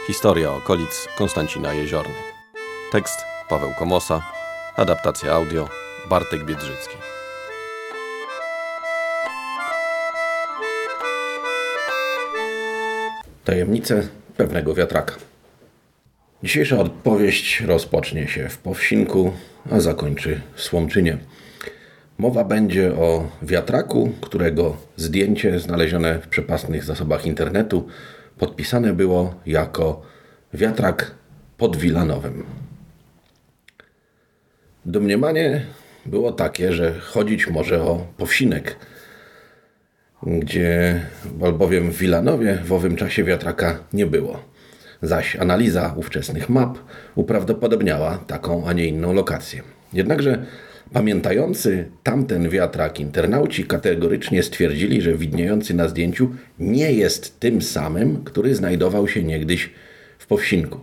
Historia okolic Konstancina Jeziorny. Tekst Paweł Komosa. Adaptacja audio Bartek Biedrzycki. Tajemnice pewnego wiatraka. Dzisiejsza opowieść rozpocznie się w Powsinku, a zakończy w Słomczynie. Mowa będzie o wiatraku, którego zdjęcie znalezione w przepastnych zasobach internetu podpisane było jako wiatrak pod Wilanowem. Domniemanie było takie, że chodzić może o Powsinek, gdzie albowiem w Wilanowie w owym czasie wiatraka nie było. Zaś analiza ówczesnych map uprawdopodobniała taką, a nie inną lokację. Jednakże pamiętający tamten wiatrak internauci kategorycznie stwierdzili, że widniejący na zdjęciu nie jest tym samym, który znajdował się niegdyś w Powsinku.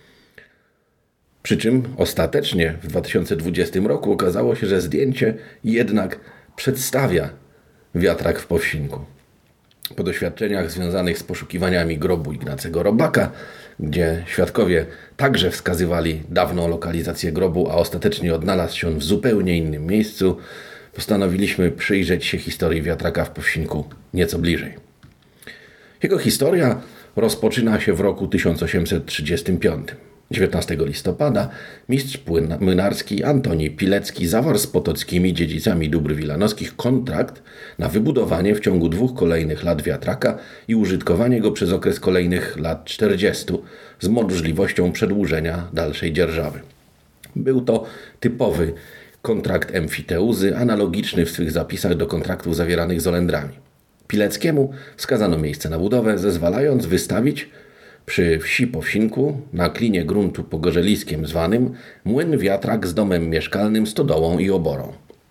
Przy czym ostatecznie w 2020 roku okazało się, że zdjęcie jednak przedstawia wiatrak w Powsinku. Po doświadczeniach związanych z poszukiwaniami grobu Ignacego Robaka, gdzie świadkowie także wskazywali dawną lokalizację grobu, a ostatecznie odnalazł się on w zupełnie innym miejscu, postanowiliśmy przyjrzeć się historii wiatraka w Powsinku nieco bliżej. Jego historia rozpoczyna się w roku 1835. 19 listopada mistrz młynarski Antoni Pilecki zawarł z potockimi dziedzicami dóbr wilanowskich kontrakt na wybudowanie w ciągu 2 kolejnych lat wiatraka i użytkowanie go przez okres kolejnych lat 40 z możliwością przedłużenia dalszej dzierżawy. Był to typowy kontrakt emfiteuzy, analogiczny w swych zapisach do kontraktów zawieranych z Olendrami. Pileckiemu wskazano miejsce na budowę, zezwalając wystawić przy wsi Powsinku, na klinie gruntu pogorzeliskiem zwanym, młyn wiatrak z domem mieszkalnym, stodołą i oborą.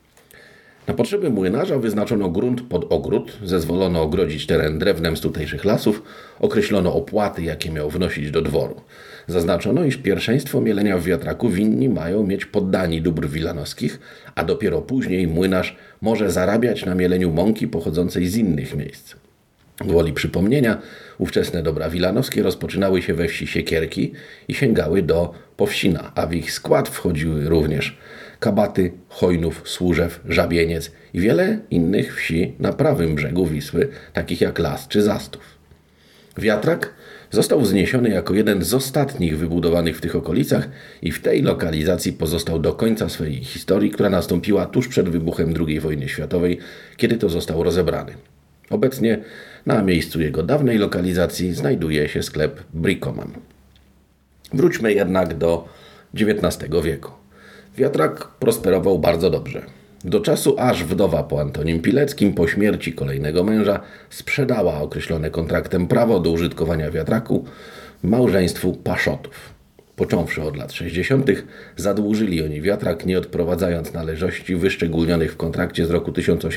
Na potrzeby młynarza wyznaczono grunt pod ogród, zezwolono ogrodzić teren drewnem z tutejszych lasów, określono opłaty, jakie miał wnosić do dworu. Zaznaczono, iż pierwszeństwo mielenia w wiatraku winni mają mieć poddani dóbr wilanowskich, a dopiero później młynarz może zarabiać na mieleniu mąki pochodzącej z innych miejsc. Gwoli przypomnienia, ówczesne dobra wilanowskie rozpoczynały się we wsi Siekierki i sięgały do Powsina, a w ich skład wchodziły również Kabaty, Chojnów, Służew, Żabieniec i wiele innych wsi na prawym brzegu Wisły, takich jak Las czy Zastów. Wiatrak został wzniesiony jako jeden z ostatnich wybudowanych w tych okolicach i w tej lokalizacji pozostał do końca swojej historii, która nastąpiła tuż przed wybuchem II wojny światowej, kiedy to został rozebrany. Obecnie na miejscu jego dawnej lokalizacji znajduje się sklep Bricoman. Wróćmy jednak do XIX wieku. Wiatrak prosperował bardzo dobrze. Do czasu, aż wdowa po Antonim Pileckim po śmierci kolejnego męża sprzedała określone kontraktem prawo do użytkowania wiatraku małżeństwu Paszotów. Począwszy od lat 60. zadłużyli oni wiatrak, nie odprowadzając należności wyszczególnionych w kontrakcie z roku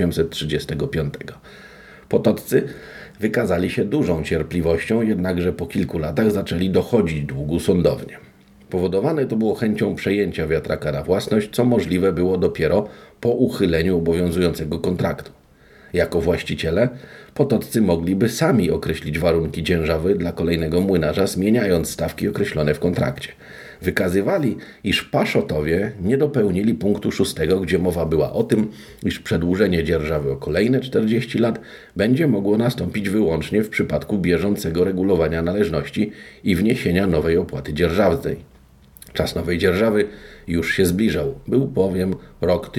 1835. Potoccy wykazali się dużą cierpliwością, jednakże po kilku latach zaczęli dochodzić długu sądownie. Powodowane to było chęcią przejęcia wiatraka na własność, co możliwe było dopiero po uchyleniu obowiązującego kontraktu. Jako właściciele potoccy mogliby sami określić warunki dzierżawy dla kolejnego młynarza, zmieniając stawki określone w kontrakcie. Wykazywali, iż Paszotowie nie dopełnili punktu 6, gdzie mowa była o tym, iż przedłużenie dzierżawy o kolejne 40 lat będzie mogło nastąpić wyłącznie w przypadku bieżącego regulowania należności i wniesienia nowej opłaty dzierżawnej. Czas nowej dzierżawy już się zbliżał, był bowiem rok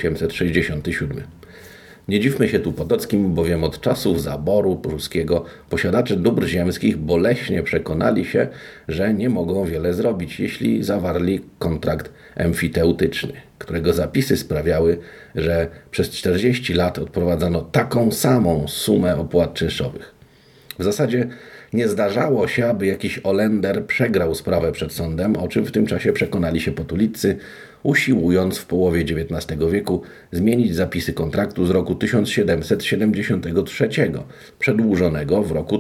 1867. Nie dziwmy się tu Potockim, bowiem od czasów zaboru pruskiego posiadacze dóbr ziemskich boleśnie przekonali się, że nie mogą wiele zrobić, jeśli zawarli kontrakt emfiteutyczny, którego zapisy sprawiały, że przez 40 lat odprowadzano taką samą sumę opłat czynszowych. W zasadzie nie zdarzało się, aby jakiś Olender przegrał sprawę przed sądem, o czym w tym czasie przekonali się potuliccy, usiłując w połowie XIX wieku zmienić zapisy kontraktu z roku 1773, przedłużonego w roku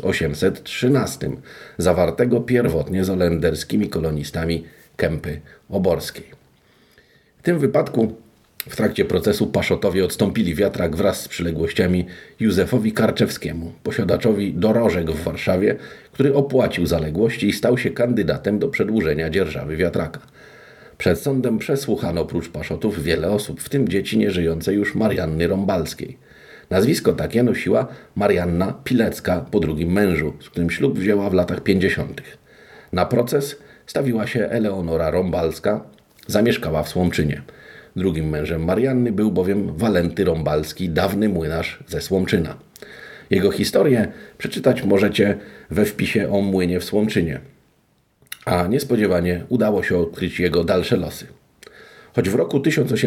1813, zawartego pierwotnie z olenderskimi kolonistami Kępy Oborskiej. W tym wypadku W trakcie procesu Paszotowie odstąpili wiatrak wraz z przyległościami Józefowi Karczewskiemu, posiadaczowi dorożek w Warszawie, który opłacił zaległości i stał się kandydatem do przedłużenia dzierżawy wiatraka. Przed sądem przesłuchano oprócz Paszotów wiele osób, w tym dzieci nieżyjącej już Marianny Rąbalskiej. Nazwisko takie nosiła Marianna Pilecka po drugim mężu, z którym ślub wzięła w latach 50. Na proces stawiła się Eleonora Rąbalska, zamieszkała w Słomczynie. Drugim mężem Marianny był bowiem Walenty Rąbalski, dawny młynarz ze Słomczyna. Jego historię przeczytać możecie we wpisie o młynie w Słomczynie. A niespodziewanie udało się odkryć jego dalsze losy. Choć w roku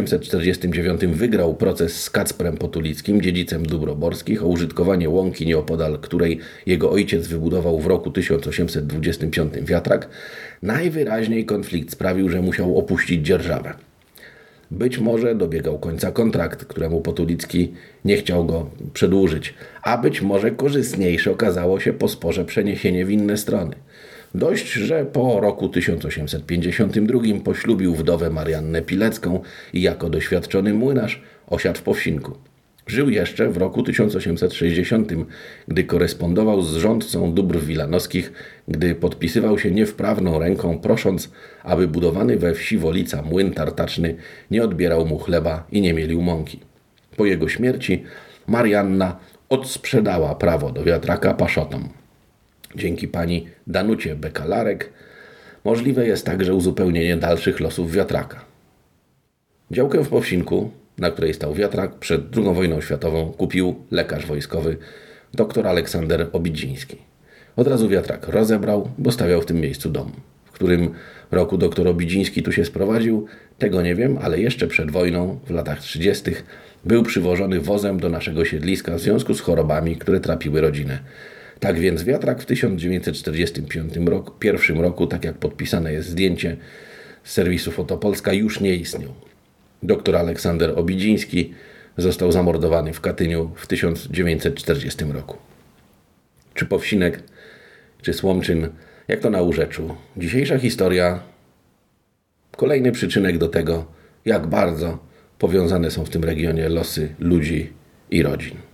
1849 wygrał proces z Kacprem Potulickim, dziedzicem dóbr oborskich, o użytkowanie łąki nieopodal której jego ojciec wybudował w roku 1825 wiatrak, najwyraźniej konflikt sprawił, że musiał opuścić dzierżawę. Być może dobiegał końca kontrakt, któremu Potulicki nie chciał go przedłużyć, a być może korzystniejsze okazało się po sporze przeniesienie w inne strony. Dość, że po roku 1852 poślubił wdowę Mariannę Pilecką i jako doświadczony młynarz osiadł w Powsinku. Żył jeszcze w roku 1860, gdy korespondował z rządcą dóbr wilanowskich, gdy podpisywał się niewprawną ręką, prosząc, aby budowany we wsi Wolica młyn tartaczny nie odbierał mu chleba i nie mielił mąki. Po jego śmierci Marianna odsprzedała prawo do wiatraka Paszotom. Dzięki pani Danucie Bekalarek możliwe jest także uzupełnienie dalszych losów wiatraka. Działkę w Powsinku, na której stał wiatrak, przed II wojną światową kupił lekarz wojskowy dr Aleksander Obidziński. Od razu wiatrak rozebrał, bo stawiał w tym miejscu dom. W którym roku dr Obidziński tu się sprowadził, tego nie wiem, ale jeszcze przed wojną, w latach 30. był przywożony wozem do naszego siedliska w związku z chorobami, które trapiły rodzinę. Tak więc wiatrak w 1941 roku, tak jak podpisane jest zdjęcie z serwisu Fotopolska, już nie istniał. Dr Aleksander Obidziński został zamordowany w Katyniu w 1940 roku. Czy Powsinek, czy Słomczyn, jak to na Urzeczu. Dzisiejsza historia, kolejny przyczynek do tego, jak bardzo powiązane są w tym regionie losy ludzi i rodzin.